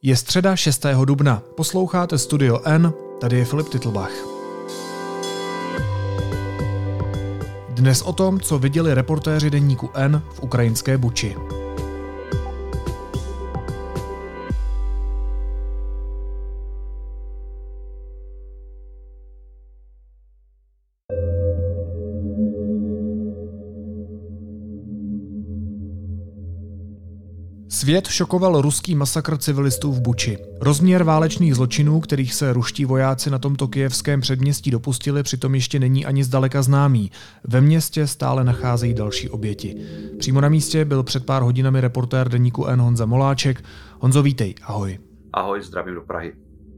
Je středa 6. dubna. Posloucháte Studio N, tady je Filip Titlbach. Dnes o tom, co viděli reportéři deníku N v ukrajinské Buči. Svět šokoval ruský masakr civilistů v Buči. Rozměr válečných zločinů, kterých se ruští vojáci na tomto kyjevském předměstí dopustili, přitom ještě není ani zdaleka známý. Ve městě stále nacházejí další oběti. Přímo na místě byl před pár hodinami reportér deníku N Honza Moláček. Honzo, vítej, ahoj. Ahoj, zdravím do Prahy.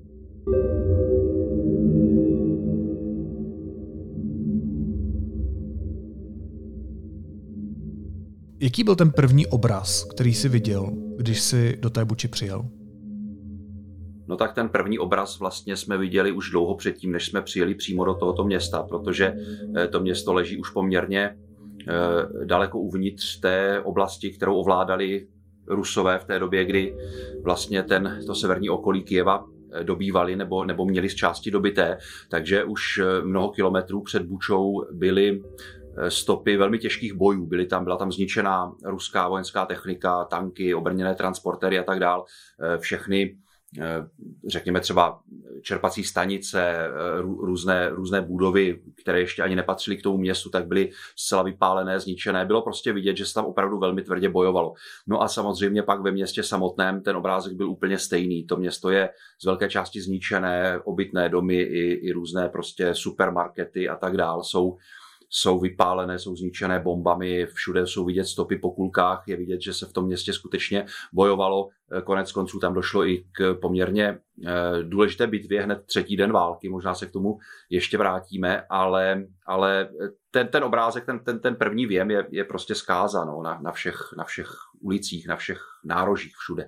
Jaký byl ten první obraz, který jsi viděl, když jsi do té Buči přijel? No tak ten první obraz vlastně jsme viděli už dlouho předtím, než jsme přijeli přímo do tohoto města, protože to město leží už poměrně daleko uvnitř té oblasti, kterou ovládali Rusové v té době, kdy vlastně to severní okolí Kyjeva dobývali nebo měli z části dobyté, takže už mnoho kilometrů před Bučou byly stopy velmi těžkých bojů. Byla tam zničená ruská vojenská technika, tanky, obrněné transportéry a tak dál. Všechny, řekněme třeba čerpací stanice, různé budovy, které ještě ani nepatřily k tomu městu, tak byly zcela vypálené, zničené. Bylo prostě vidět, že se tam opravdu velmi tvrdě bojovalo. No a samozřejmě pak ve městě samotném ten obrázek byl úplně stejný. To město je z velké části zničené, obytné domy i různé prostě supermarkety a tak dál jsou vypálené, jsou zničené bombami, všude jsou vidět stopy po kulkách, je vidět, že se v tom městě skutečně bojovalo. Konec konců tam došlo i k poměrně důležité bitvě hned třetí den války, možná se k tomu ještě vrátíme, ale ten obrázek, ten první věm je prostě zkázán na všech ulicích, na všech nárožích, všude.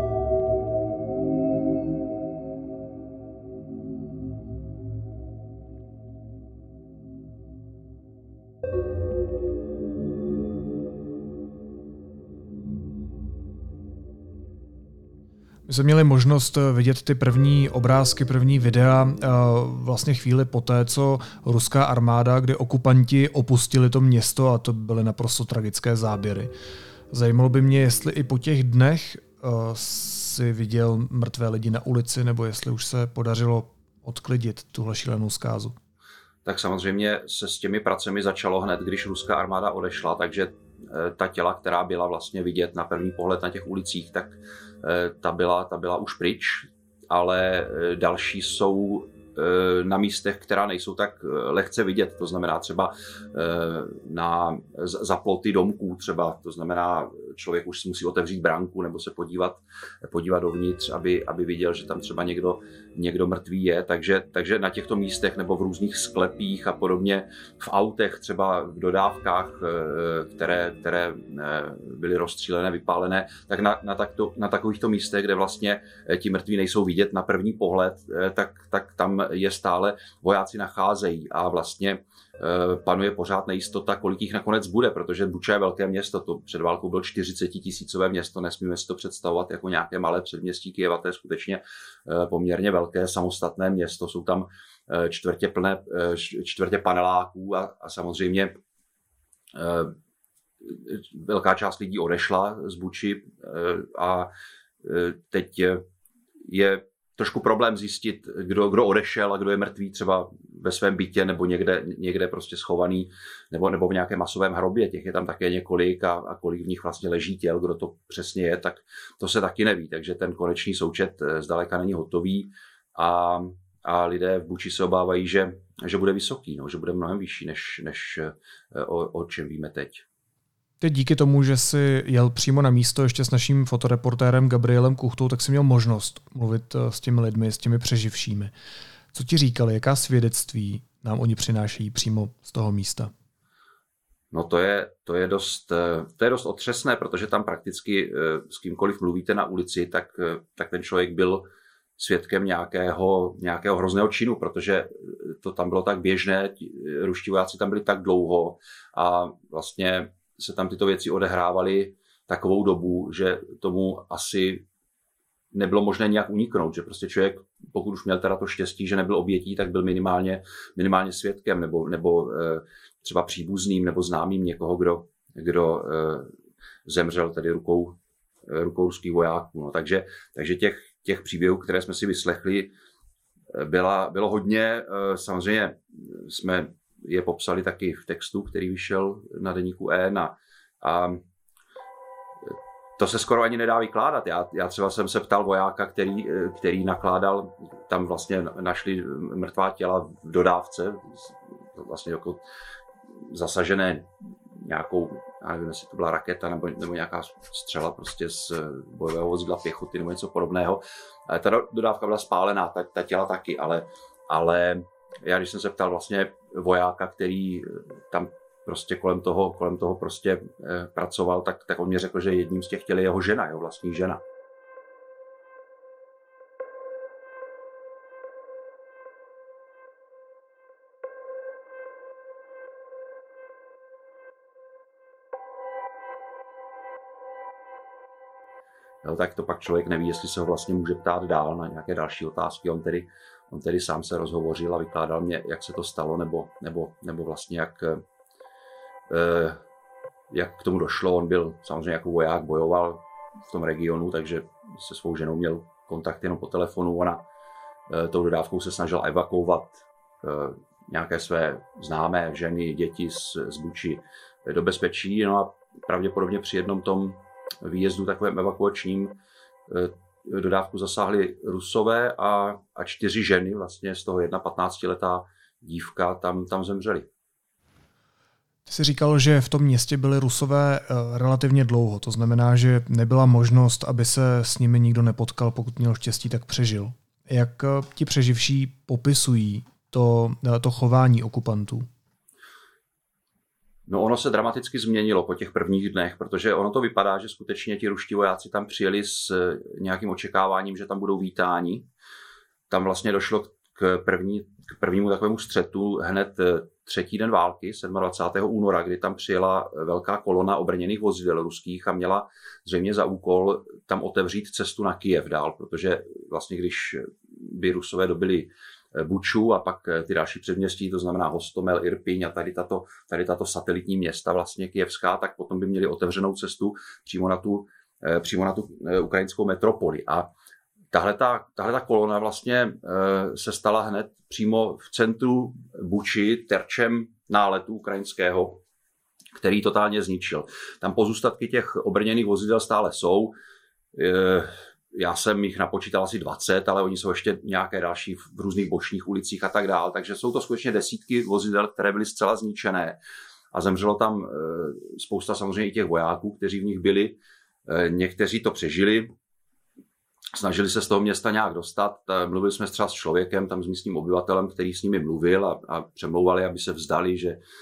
My jsme měli možnost vidět ty první obrázky, první videa vlastně chvíli poté, co ruská armáda, kdy okupanti opustili to město, a to byly naprosto tragické záběry. Zajímalo by mě, jestli i po těch dnech si viděl mrtvé lidi na ulici, nebo jestli už se podařilo odklidit tuhle šílenou zkázu. Tak samozřejmě se s těmi pracemi začalo hned, když ruská armáda odešla, takže ta těla, která byla vlastně vidět na první pohled na těch ulicích, tak ta byla už pryč, ale další jsou na místech, která nejsou tak lehce vidět, to znamená třeba za ploty domků třeba, to znamená člověk už si musí otevřít branku nebo se podívat dovnitř, aby viděl, že tam třeba někdo mrtvý je, takže na těchto místech nebo v různých sklepích a podobně, v autech třeba v dodávkách, které byly rozstřílené, vypálené, tak na takovýchto místech, kde vlastně ti mrtví nejsou vidět na první pohled, tak tam je stále vojáci nacházejí a vlastně panuje pořád nejistota, kolik jich nakonec bude, protože Buča je velké město, to před válkou bylo 40 000 město, nesmíme si to představovat jako nějaké malé předměstí Kyjeva, to je skutečně poměrně velké samostatné město, jsou tam čtvrtě paneláků a samozřejmě velká část lidí odešla z Buči a teď je trošku problém zjistit, kdo odešel a kdo je mrtvý třeba ve svém bytě nebo někde prostě schovaný nebo v nějakém masovém hrobě. Těch je tam také několik a kolik v nich vlastně leží těl, kdo to přesně je, tak to se taky neví. Takže ten konečný součet zdaleka není hotový a lidé v Buči se obávají, že bude vysoký, že bude mnohem vyšší, než o čem víme teď. Teď díky tomu, že jsi jel přímo na místo ještě s naším fotoreportérem Gabrielem Kuchtou, tak jsi měl možnost mluvit s těmi lidmi, s těmi přeživšími. Co ti říkali, jaká svědectví nám oni přinášejí přímo z toho místa? No to je dost otřesné, protože tam prakticky s kýmkoliv mluvíte na ulici, tak ten člověk byl svědkem nějakého hrozného činu, protože to tam bylo tak běžné, ruští vojáci tam byli tak dlouho a vlastně se tam tyto věci odehrávaly takovou dobu, že tomu asi nebylo možné nějak uniknout, že prostě člověk, pokud už měl teda to štěstí, že nebyl obětí, tak byl minimálně svědkem nebo třeba příbuzným nebo známým někoho, kdo zemřel tedy rukou ruských vojáků. No. Takže těch příběhů, které jsme si vyslechli, bylo hodně. Samozřejmě jsme je popsali taky v textu, který vyšel na deníku N a to se skoro ani nedá vykládat. Já třeba jsem se ptal vojáka, který nakládal, tam vlastně našli mrtvá těla v dodávce, vlastně jako zasažené nějakou, já nevím, jestli to byla raketa nebo nějaká střela prostě z bojového vozidla pěchoty nebo něco podobného. Ta dodávka byla spálená, ta těla taky, ale já když jsem se ptal vlastně vojáka, který tam prostě kolem toho prostě pracoval, tak on mě řekl, že jedním z těch těl je jeho žena, jeho vlastní žena. No, tak to pak člověk neví, jestli se ho vlastně může ptát dál na nějaké další otázky. On tedy sám se rozhovořil a vykládal mě, jak se to stalo, nebo vlastně jak k tomu došlo. On byl samozřejmě jako voják, bojoval v tom regionu, takže se svou ženou měl kontakt jenom po telefonu. Ona tou dodávkou se snažila evakuovat nějaké své známé ženy, děti z Buči do bezpečí. No a pravděpodobně při jednom tom výjezdu takovém evakuačním dodávku zasáhli Rusové a 4 ženy, vlastně z toho jedna 15letá dívka tam zemřely. Ty jsi říkal, že v tom městě byli Rusové relativně dlouho, to znamená, že nebyla možnost, aby se s nimi nikdo nepotkal, pokud měl štěstí, tak přežil. Jak ti přeživší popisují to chování okupantů? No ono se dramaticky změnilo po těch prvních dnech, protože ono to vypadá, že skutečně ti ruští vojáci tam přijeli s nějakým očekáváním, že tam budou vítáni. Tam vlastně došlo k prvnímu takovému střetu hned 3. den války, 27. února, kdy tam přijela velká kolona obrněných vozidel ruských a měla zřejmě za úkol tam otevřít cestu na Kyjev dál, protože vlastně když by Rusové dobili Buču a pak ty další předměstí, to znamená Hostomel, Irpiň a tady tato satelitní města vlastně kyjevská, tak potom by měli otevřenou cestu přímo na tu ukrajinskou metropoli. A tahle kolona vlastně se stala hned přímo v centru Buči terčem náletu ukrajinského, který totálně zničil. Tam pozůstatky těch obrněných vozidel stále jsou. Já jsem jich napočítal asi 20, ale oni jsou ještě nějaké další v různých bočních ulicích a tak dále. Takže jsou to skutečně desítky vozidel, které byly zcela zničené. A zemřelo tam spousta samozřejmě i těch vojáků, kteří v nich byli. Někteří to přežili, snažili se z toho města nějak dostat. Mluvili jsme třeba s člověkem, tam s místním obyvatelem, který s nimi mluvil a přemlouvali, aby se vzdali,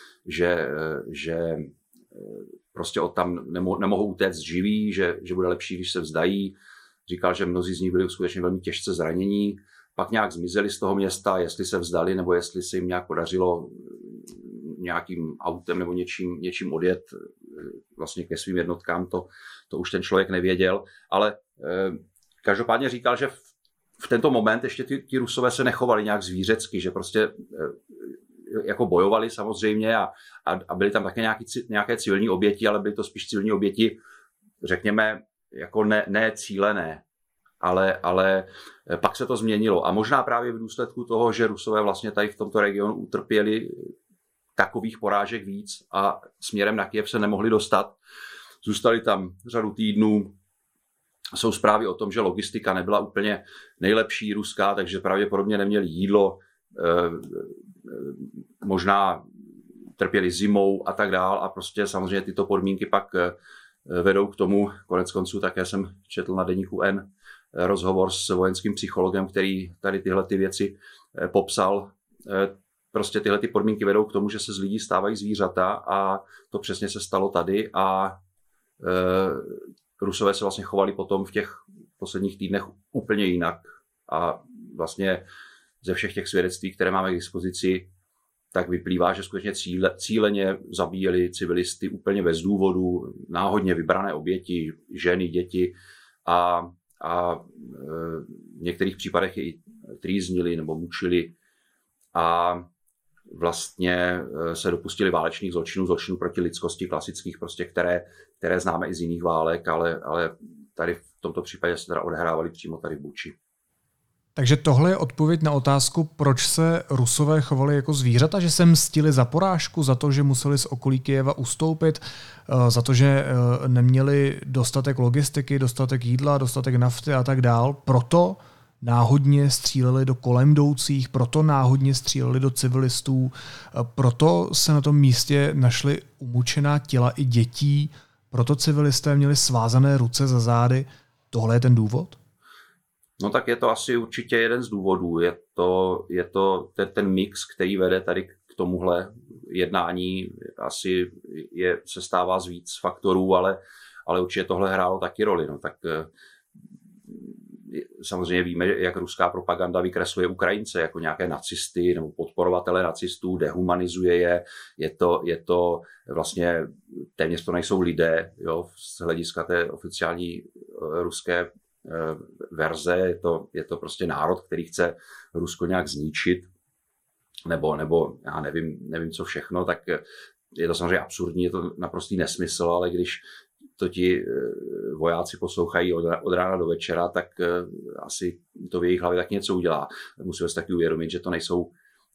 že prostě od tam nemohou utéct živí, že bude lepší, když se vzdají. Říkal, že mnozí z nich byli skutečně velmi těžce zranění, pak nějak zmizeli z toho města, jestli se vzdali, nebo jestli se jim nějak podařilo nějakým autem nebo něčím odjet vlastně ke svým jednotkám, to už ten člověk nevěděl, ale každopádně říkal, že v tento moment ještě ti Rusové se nechovali nějak zvířecky, že prostě jako bojovali samozřejmě a byly tam také nějaké civilní oběti, ale byly to spíš civilní oběti, řekněme, jako ne cílené, ale pak se to změnilo. A možná právě v důsledku toho, že Rusové vlastně tady v tomto regionu utrpěli takových porážek víc a směrem na Kyjev se nemohli dostat. Zůstali tam řadu týdnů. Jsou zprávy o tom, že logistika nebyla úplně nejlepší ruská, takže pravděpodobně neměli jídlo, možná trpěli zimou a tak dál. A prostě samozřejmě tyto podmínky pak vedou k tomu, konec konců také jsem četl na deníku N rozhovor s vojenským psychologem, který tady tyhle ty věci popsal. Prostě tyhle ty podmínky vedou k tomu, že se z lidí stávají zvířata a to přesně se stalo tady a Rusové se vlastně chovali potom v těch posledních týdnech úplně jinak a vlastně ze všech těch svědectví, které máme k dispozici, tak vyplývá, že skutečně cíleně zabíjeli civilisty úplně bez důvodu, náhodně vybrané oběti, ženy, děti a v některých případech je i trýznili nebo mučili a vlastně se dopustili válečných zločinů proti lidskosti klasických, prostě, které známe i z jiných válek, ale tady v tomto případě se teda odehrávali přímo tady v Buči. Takže tohle je odpověď na otázku, proč se Rusové chovali jako zvířata, že se mstili za porážku, za to, že museli z okolí Kyjeva ustoupit, za to, že neměli dostatek logistiky, dostatek jídla, dostatek nafty a tak dál. Proto náhodně stříleli do kolem jdoucích, proto náhodně stříleli do civilistů, proto se na tom místě našly umučená těla i dětí, proto civilisté měli svázané ruce za zády. Tohle je ten důvod? No tak je to asi určitě jeden z důvodů. Je to ten mix, který vede tady k tomuhle jednání. Asi se stává z víc faktorů, ale určitě tohle hrálo taky roli. No tak samozřejmě víme, jak ruská propaganda vykresluje Ukrajince jako nějaké nacisty nebo podporovatele nacistů, dehumanizuje je. Je to vlastně téměř to nejsou lidé, jo, z hlediska té oficiální ruské verze. Je to prostě národ, který chce Rusko nějak zničit, nebo já nevím co všechno, tak je to samozřejmě absurdní, je to naprostý nesmysl, ale když to ti vojáci poslouchají od rána do večera, tak asi to v jejich hlavě tak něco udělá. Musíme si taky uvědomit, že to nejsou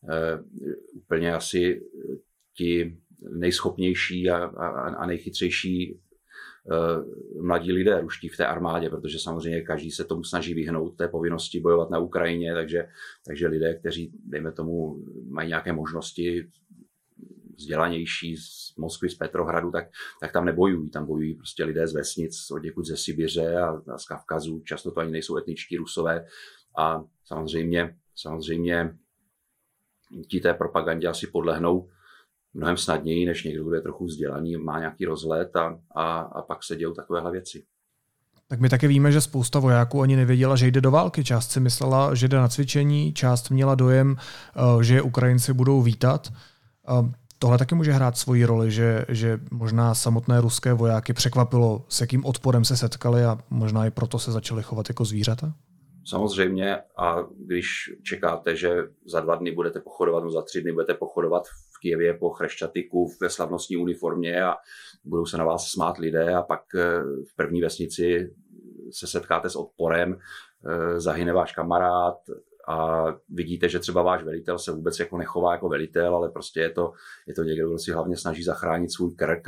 úplně asi ti nejschopnější a nejchytřejší mladí lidé ruští v té armádě, protože samozřejmě každý se tomu snaží vyhnout té povinnosti bojovat na Ukrajině, takže lidé, kteří, dejme tomu, mají nějaké možnosti vzdělanější z Moskvy, z Petrohradu, tak tam nebojují. Tam bojují prostě lidé z vesnic, odněkud ze Sibiře a z Kavkazu. Často to ani nejsou etničtí Rusové. A samozřejmě ti té propagandě asi podlehnou mnohem snadněji, než někdo, kdo je trochu vzdělaný, má nějaký rozhled a pak se dějou takovéhle věci. Tak my taky víme, že spousta vojáků ani nevěděla, že jde do války. Část si myslela, že jde na cvičení, část měla dojem, že Ukrajinci budou vítat. Tohle taky může hrát svoji roli, že možná samotné ruské vojáky překvapilo, s jakým odporem se setkali a možná i proto se začali chovat jako zvířata? Samozřejmě, a když čekáte, že za 2 dny budete pochodovat, no za 3 dny budete pochodovat v Kyjevě po Chrešťatyku ve slavnostní uniformě a budou se na vás smát lidé a pak v první vesnici se setkáte s odporem, zahyne váš kamarád a vidíte, že třeba váš velitel se vůbec jako nechová jako velitel, ale prostě je to někdo, kdo si hlavně snaží zachránit svůj krk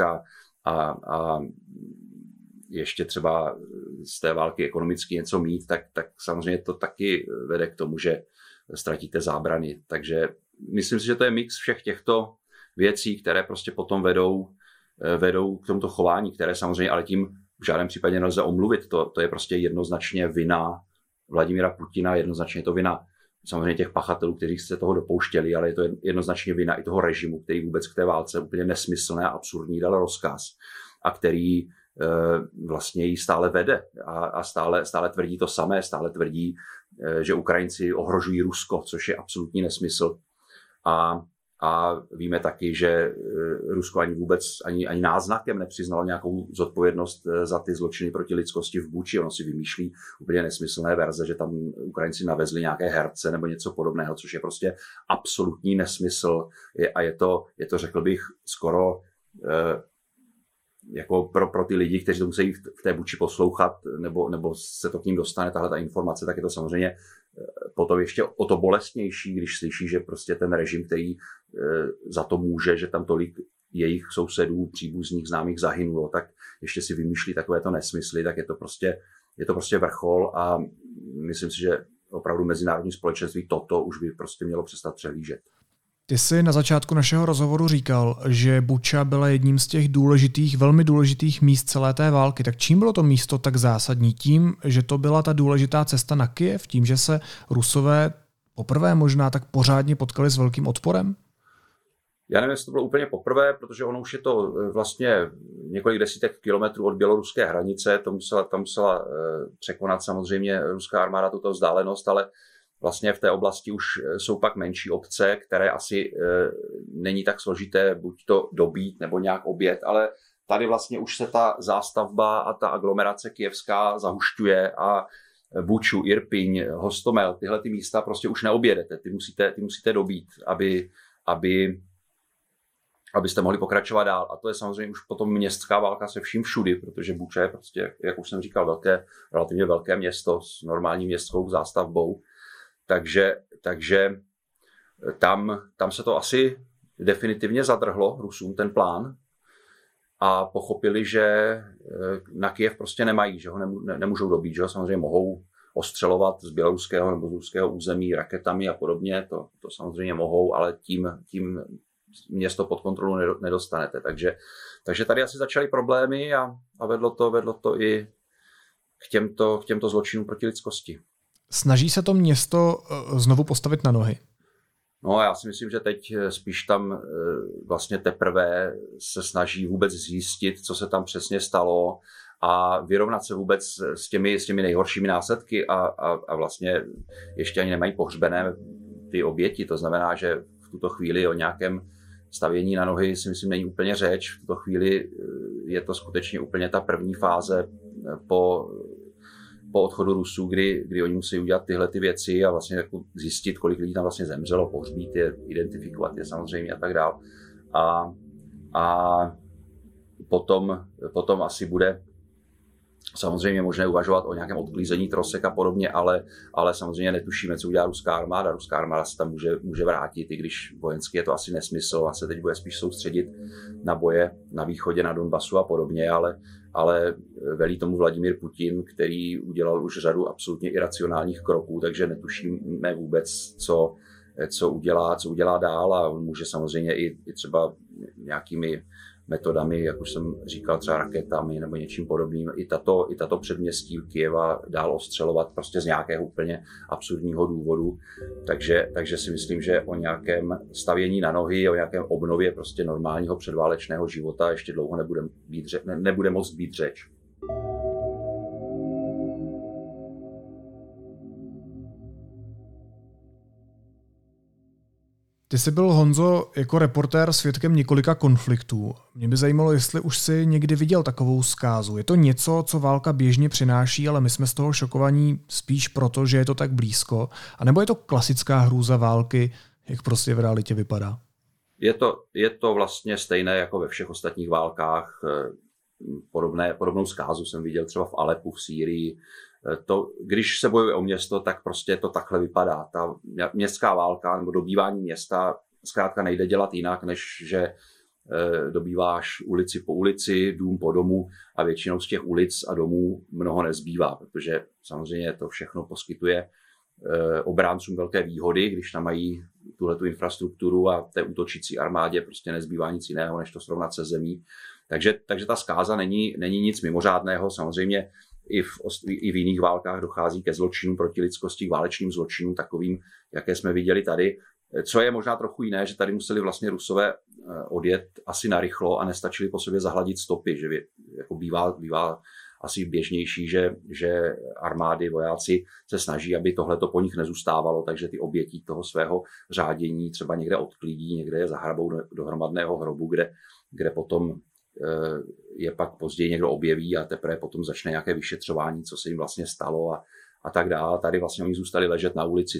a ještě třeba z té války ekonomicky něco mít, tak samozřejmě to taky vede k tomu, že ztratíte zábrany. Takže myslím si, že to je mix všech těchto věcí, které prostě potom vedou k tomuto chování, které samozřejmě ale tím v žádném případě nelze omluvit. To je prostě jednoznačně vina Vladimira Putina, jednoznačně to vina samozřejmě těch pachatelů, kteří se toho dopouštěli, ale je to jednoznačně vina i toho režimu, který vůbec k té válce úplně nesmyslné a absurdní dal rozkaz a který vlastně ji stále vede a stále tvrdí to samé, stále tvrdí, že Ukrajinci ohrožují Rusko, což je absolutní nesmysl. A víme taky, že Rusko ani vůbec ani náznakem nepřiznalo nějakou zodpovědnost za ty zločiny proti lidskosti v Buči. Ono si vymýšlí úplně nesmyslné verze, že tam Ukrajinci navezli nějaké herce nebo něco podobného, což je prostě absolutní nesmysl. A je to řekl bych, skoro jako pro ty lidi, kteří to musí v té Buči poslouchat, nebo se to k ním dostane, tahle ta informace, tak je to samozřejmě potom ještě o to bolestnější, když slyší, že prostě ten režim, který za to může, že tam tolik jejich sousedů, příbuzných, známých zahynulo, tak ještě si vymýšlí takovéto nesmysly, tak je to prostě vrchol a myslím si, že opravdu mezinárodní společenství toto už by prostě mělo přestat přehlížet. Ty jsi na začátku našeho rozhovoru říkal, že Buča byla jedním z těch důležitých, velmi důležitých míst celé té války. Tak čím bylo to místo tak zásadní? Tím, že to byla ta důležitá cesta na Kyjev? Tím, že se Rusové poprvé možná tak pořádně potkali s velkým odporem? Já nevím, jestli to bylo úplně poprvé, protože ono už je to vlastně několik desítek kilometrů od běloruské hranice. Tam musela překonat samozřejmě ruská armáda tuto vzdálenost, ale vlastně v té oblasti už jsou pak menší obce, které asi není tak složité buď to dobít nebo nějak objet, ale tady vlastně už se ta zástavba a ta aglomerace kyjevská zahušťuje Buču, Irpiň, Hostomel, tyhle ty místa prostě už neobjedete, ty musíte dobít, abyste mohli pokračovat dál. A to je samozřejmě už potom městská válka se vším všudy, protože Buča je prostě, jak už jsem říkal, relativně velké město s normální městskou zástavbou. Takže tam se to asi definitivně zadrhlo Rusům ten plán a pochopili, že na Kyjev prostě nemají, že ho nemůžou dobít, že ho samozřejmě mohou ostřelovat z běloruského nebo z ruského území raketami a podobně, to samozřejmě mohou, ale tím město pod kontrolu nedostanete. Takže tady asi začaly problémy a vedlo to i k těmto zločinům proti lidskosti. Snaží se to město znovu postavit na nohy? No, já si myslím, že teď spíš tam vlastně teprve se snaží vůbec zjistit, co se tam přesně stalo a vyrovnat se vůbec s těmi nejhoršími následky a vlastně ještě ani nemají pohřbené ty oběti. To znamená, že v tuto chvíli o nějakém stavění na nohy si myslím není úplně řeč. V tuto chvíli je to skutečně úplně ta první fáze po odchodu Rusů, kdy oni musí udělat tyhle ty věci a vlastně jako zjistit, kolik lidí tam vlastně zemřelo, pohřbít je, identifikovat je samozřejmě a tak dál. A potom asi bude samozřejmě možné uvažovat o nějakém odklízení trosek a podobně, ale samozřejmě netušíme, co udělá ruská armáda. Ruská armáda se tam může vrátit, i když vojensky je to asi nesmysl a se teď bude spíš soustředit na boje na východě, na Donbasu a podobně, ale velí tomu Vladimír Putin, který udělal už řadu absolutně iracionálních kroků, takže netušíme vůbec, co udělá dál a on může samozřejmě i třeba nějakými metodami, jak už jsem říkal, třeba raketami nebo něčím podobným. I tato předměstí Kyjeva dál ostřelovat prostě z nějakého úplně absurdního důvodu. Takže si myslím, že o nějakém stavění na nohy, o nějakém obnově prostě normálního předválečného života ještě dlouho nebude moct být řeč. Ty jsi byl, Honzo, jako reportér svědkem několika konfliktů. Mě by zajímalo, jestli už jsi někdy viděl takovou zkázu. Je to něco, co válka běžně přináší, ale my jsme z toho šokovaní spíš proto, že je to tak blízko? A nebo je to klasická hrůza války, jak prostě v realitě vypadá? Je to vlastně stejné jako ve všech ostatních válkách. Podobnou zkázu jsem viděl třeba v Alepu, v Sýrii. Když se bojuje o město, tak prostě to takhle vypadá. Ta městská válka nebo dobývání města zkrátka nejde dělat jinak, než že dobýváš ulici po ulici, dům po domu a většinou z těch ulic a domů mnoho nezbývá, protože samozřejmě to všechno poskytuje obráncům velké výhody, když tam mají tuhletu infrastrukturu a té útočící armádě prostě nezbývá nic jiného, než to srovnat se zemí. Takže ta zkáza není nic mimořádného. Samozřejmě i v jiných válkách dochází ke zločinům proti lidskosti, k válečným zločinům takovým, jaké jsme viděli tady. Co je možná trochu jiné, že tady museli vlastně Rusové odjet asi narychlo a nestačili po sobě zahladit stopy, že jako bývá asi běžnější, že armády, vojáci se snaží, aby tohleto po nich nezůstávalo, takže ty oběti toho svého řádění třeba někde odklidí, někde je zahrabou do hromadného hrobu, kde potom je pak později někdo objeví a teprve potom začne nějaké vyšetřování, co se jim vlastně stalo a tak dále. Tady vlastně oni zůstali ležet na ulici,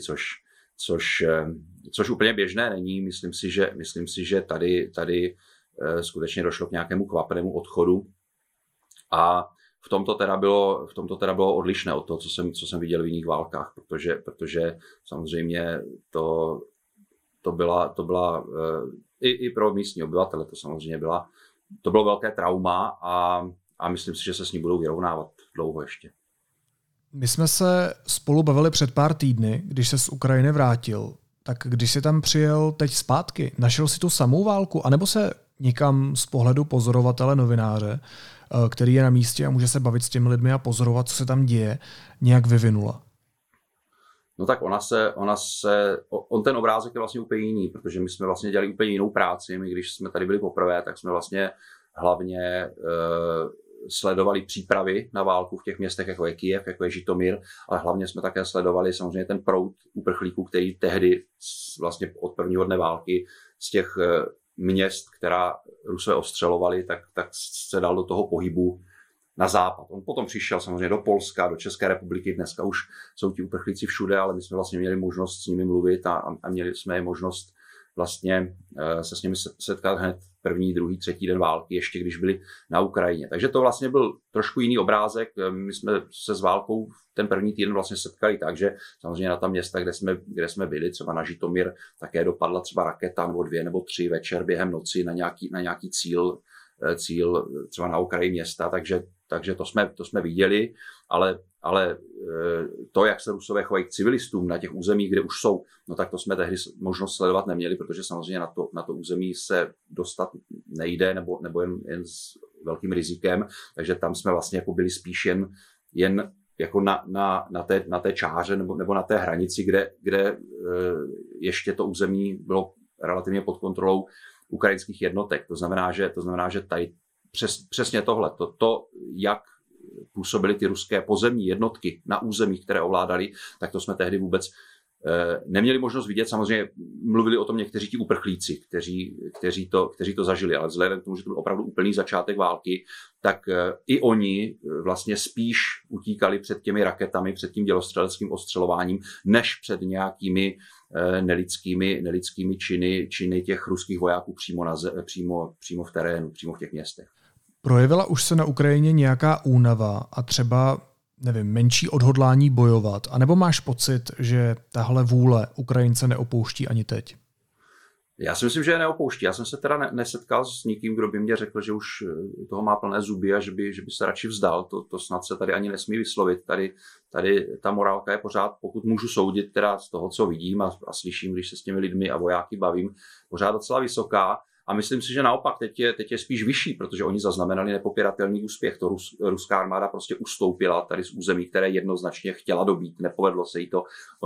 což úplně běžné není. Myslím si, že tady skutečně došlo k nějakému kvapnému odchodu a v tomto teda bylo odlišné od toho, co jsem viděl v jiných válkách, protože samozřejmě to byla i pro místní obyvatele to samozřejmě to bylo velké trauma a myslím si, že se s ní budou vyrovnávat dlouho ještě. My jsme se spolu bavili před pár týdny, když se z Ukrajiny vrátil. Tak když jsi tam přijel teď zpátky, našel si tu samou válku, anebo se někam z pohledu pozorovatele, novináře, který je na místě a může se bavit s těmi lidmi a pozorovat, co se tam děje, nějak vyvinula? No tak on ten obrázek je vlastně úplně jiný, protože my jsme vlastně dělali úplně jinou práci. My, když jsme tady byli poprvé, tak jsme vlastně hlavně sledovali přípravy na válku v těch městech, jako je Kyjev, jako je Žitomír, ale hlavně jsme také sledovali samozřejmě ten proud uprchlíků, který tehdy vlastně od prvního dne války z těch měst, která Rusové ostřelovali, tak se dal do toho pohybu na západ. On potom přišel samozřejmě do Polska, do České republiky, dneska už jsou ti uprchlíci všude, ale my jsme vlastně měli možnost s nimi mluvit a měli jsme možnost vlastně se s nimi setkat hned první, druhý, třetí den války, ještě když byli na Ukrajině. Takže to vlastně byl trošku jiný obrázek. My jsme se s válkou ten první týden vlastně setkali, takže samozřejmě na ta města, kde jsme byli, třeba na Žitomír, také dopadla třeba raketa nebo 2 nebo 3 večer během noci na nějaký cíl třeba na okraji města, takže to jsme viděli, ale to, jak se Rusové chovají k civilistům na těch územích, kde už jsou, no tak to jsme tehdy možnost sledovat neměli, protože samozřejmě na to území se dostat nejde, nebo jen s velkým rizikem, takže tam jsme vlastně jako byli spíš jen jako na té čáře nebo na té hranici, kde ještě to území bylo relativně pod kontrolou ukrajinských jednotek. To znamená, že tady přesně tohle, to, jak působily ty ruské pozemní jednotky na území, které ovládali, tak to jsme tehdy vůbec neměli možnost vidět. Samozřejmě mluvili o tom někteří ti uprchlíci, kteří to zažili, ale vzhledem k tomu, že to byl opravdu úplný začátek války, tak i oni vlastně spíš utíkali před těmi raketami, před tím dělostřeleckým ostřelováním, než před nějakými nelidskými činy těch ruských vojáků přímo v terénu, přímo v těch městech. Projevila už se na Ukrajině nějaká únava a třeba, nevím, menší odhodlání bojovat? A nebo máš pocit, že tahle vůle Ukrajince neopouští ani teď? Já si myslím, že je neopouští. Já jsem se teda nesetkal s nikým, kdo by mě řekl, že už toho má plné zuby a že by se radši vzdal. To snad se tady ani nesmí vyslovit. Tady ta morálka je pořád, pokud můžu soudit teda z toho, co vidím a slyším, když se s těmi lidmi a vojáky bavím, pořád docela vysoká. A myslím si, že naopak teď je spíš vyšší, protože oni zaznamenali nepopiratelný úspěch. Ruská armáda prostě ustoupila tady z území, které jednoznačně chtěla dobít. Nepovedlo se jí to.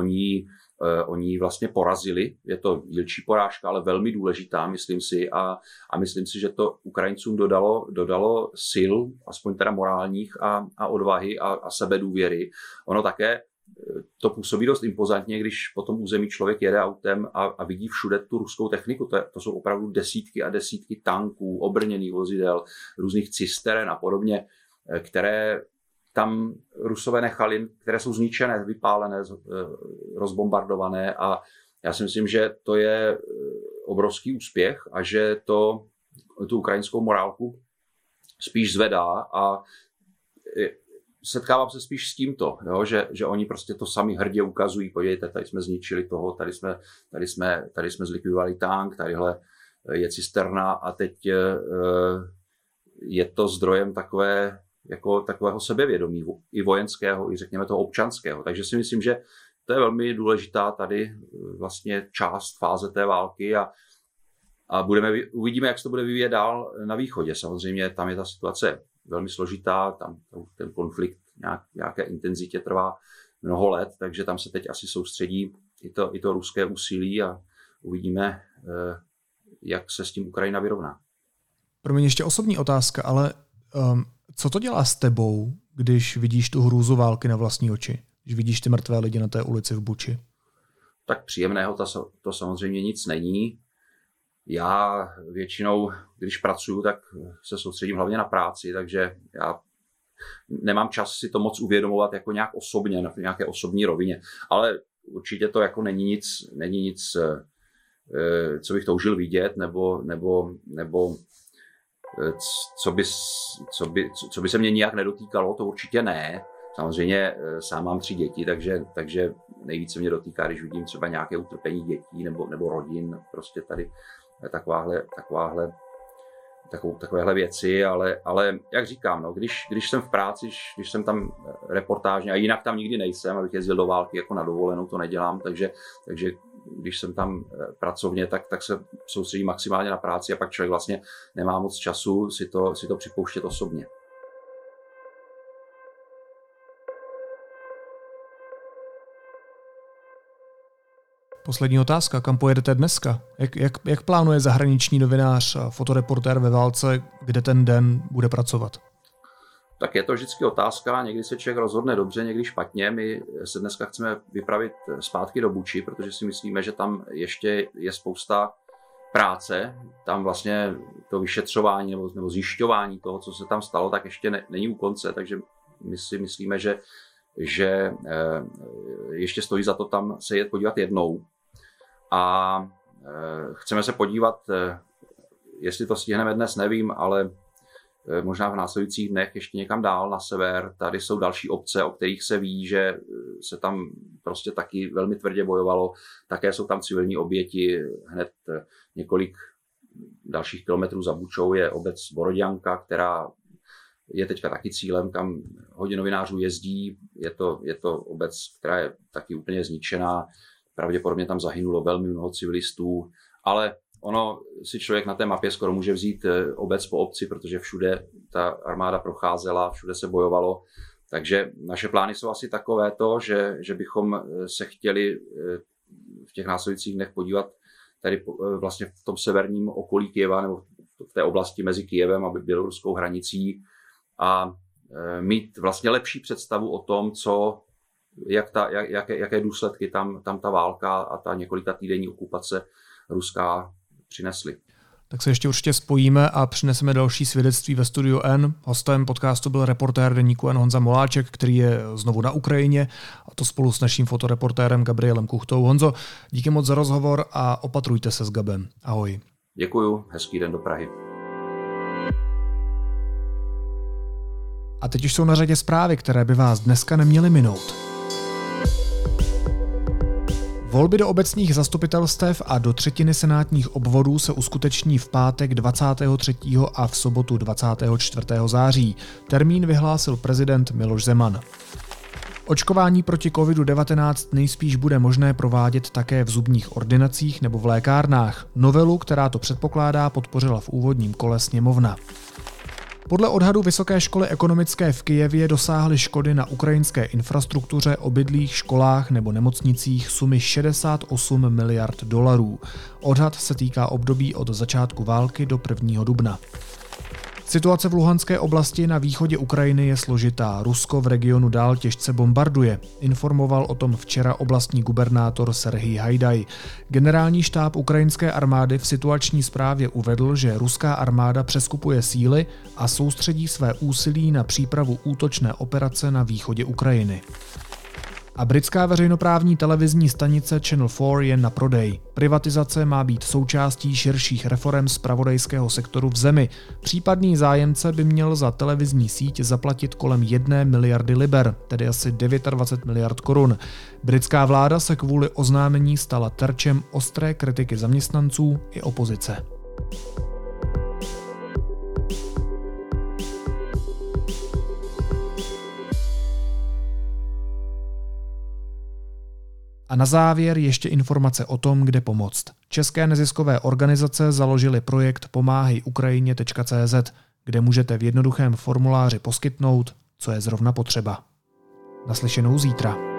Oni vlastně porazili. Je to dílčí porážka, ale velmi důležitá, myslím si. A myslím si, že to Ukrajincům dodalo sil, aspoň teda morálních a odvahy a sebedůvěry. Ono také to působí dost impozantně, když po tom území člověk jede autem a vidí všude tu ruskou techniku. To jsou opravdu desítky a desítky tanků, obrněných vozidel, různých cisteren a podobně, které tam Rusové nechali, které jsou zničené, vypálené, rozbombardované a já si myslím, že to je obrovský úspěch a že to tu ukrajinskou morálku spíš zvedá a setkávám se spíš s tímto, jo, že oni prostě to sami hrdě ukazují, podívejte, tady jsme zničili toho, tady jsme zlikvidovali tank, tadyhle je cisterna a teď je to zdrojem takového sebevědomí, i vojenského, i řekněme toho občanského. Takže si myslím, že to je velmi důležitá tady vlastně část fáze té války a uvidíme, jak se to bude vyvíjet dál na východě. Samozřejmě tam je ta situace velmi složitá, tam ten konflikt nějaké intenzitě trvá mnoho let, takže tam se teď asi soustředí i to ruské úsilí a uvidíme, jak se s tím Ukrajina vyrovná. Pro mě ještě osobní otázka, ale co to dělá s tebou, když vidíš tu hrůzu války na vlastní oči? Když vidíš ty mrtvé lidi na té ulici v Buči? Tak příjemného to samozřejmě nic není. Já většinou, když pracuju, tak se soustředím hlavně na práci, takže já nemám čas si to moc uvědomovat jako nějak osobně, na nějaké osobní rovině. Ale určitě to jako není nic, co bych toužil vidět, nebo co by se mě nijak nedotýkalo, to určitě ne. Samozřejmě sám mám 3 děti, takže nejvíce mě dotýká, když vidím třeba nějaké utrpení dětí nebo rodin, prostě tady takovéhle věci, ale jak říkám, no, když jsem v práci, když jsem tam reportážně a jinak tam nikdy nejsem, abych jezdil do války jako na dovolenou, to nedělám, takže když jsem tam pracovně, tak se soustředím maximálně na práci a pak člověk vlastně nemá moc času si to připouštět osobně. Poslední otázka, kam pojedete dneska? Jak plánuje zahraniční novinář a fotoreportér ve válce, kde ten den bude pracovat? Tak je to vždycky otázka, někdy se člověk rozhodne dobře, někdy špatně. My se dneska chceme vypravit zpátky do Buči, protože si myslíme, že tam ještě je spousta práce, tam vlastně to vyšetřování nebo zjišťování toho, co se tam stalo, tak ještě není u konce, takže my si myslíme, že ještě stojí za to tam se jet podívat jednou. A chceme se podívat, jestli to stihneme dnes, nevím, ale možná v následujících dnech ještě někam dál na sever. Tady jsou další obce, o kterých se ví, že se tam prostě taky velmi tvrdě bojovalo. Také jsou tam civilní oběti. Hned několik dalších kilometrů za Bučou je obec Borodianka, která je teďka taky cílem, kam hodně novinářů jezdí. Je to obec, která je taky úplně zničená. Pravděpodobně tam zahynulo velmi mnoho civilistů, ale ono si člověk na té mapě skoro může vzít obec po obci, protože všude ta armáda procházela, všude se bojovalo. Takže naše plány jsou asi takovéto, že bychom se chtěli v těch následujících dnech podívat tady vlastně v tom severním okolí Kyjeva nebo v té oblasti mezi Kyjevem a běloruskou hranicí a mít vlastně lepší představu o tom, jaké důsledky tam ta válka a ta několika týdenní okupace ruská přinesly. Tak se ještě určitě spojíme a přineseme další svědectví ve Studiu N. Hostem podcastu byl reportér deníku N Honza Moláček, který je znovu na Ukrajině, a to spolu s naším fotoreportérem Gabrielem Kuchtou. Honzo, díky moc za rozhovor a opatrujte se s Gabem. Ahoj. Děkuju, hezký den do Prahy. A teď už jsou na řadě zprávy, které by vás dneska neměly minout. Volby do obecních zastupitelstev a do třetiny senátních obvodů se uskuteční v pátek 23. a v sobotu 24. září. Termín vyhlásil prezident Miloš Zeman. Očkování proti COVID-19 nejspíš bude možné provádět také v zubních ordinacích nebo v lékárnách. Novelu, která to předpokládá, podpořila v úvodním kole sněmovna. Podle odhadu Vysoké školy ekonomické v Kyjevě dosáhly škody na ukrajinské infrastruktuře, obydlích, školách nebo nemocnicích sumy 68 miliard dolarů. Odhad se týká období od začátku války do 1. dubna. Situace v Luhanské oblasti na východě Ukrajiny je složitá. Rusko v regionu dál těžce bombarduje. Informoval o tom včera oblastní gubernátor Serhij Hajdaj. Generální štáb ukrajinské armády v situační zprávě uvedl, že ruská armáda přeskupuje síly a soustředí své úsilí na přípravu útočné operace na východě Ukrajiny. A britská veřejnoprávní televizní stanice Channel 4 je na prodej. Privatizace má být součástí širších reforem zpravodajského sektoru v zemi. Případný zájemce by měl za televizní síť zaplatit kolem 1 miliardy liber, tedy asi 29 miliard korun. Britská vláda se kvůli oznámení stala terčem ostré kritiky zaměstnanců i opozice. A na závěr ještě informace o tom, kde pomoct. České neziskové organizace založily projekt pomáhejukrajině.cz, kde můžete v jednoduchém formuláři poskytnout, co je zrovna potřeba. Naslyšenou zítra.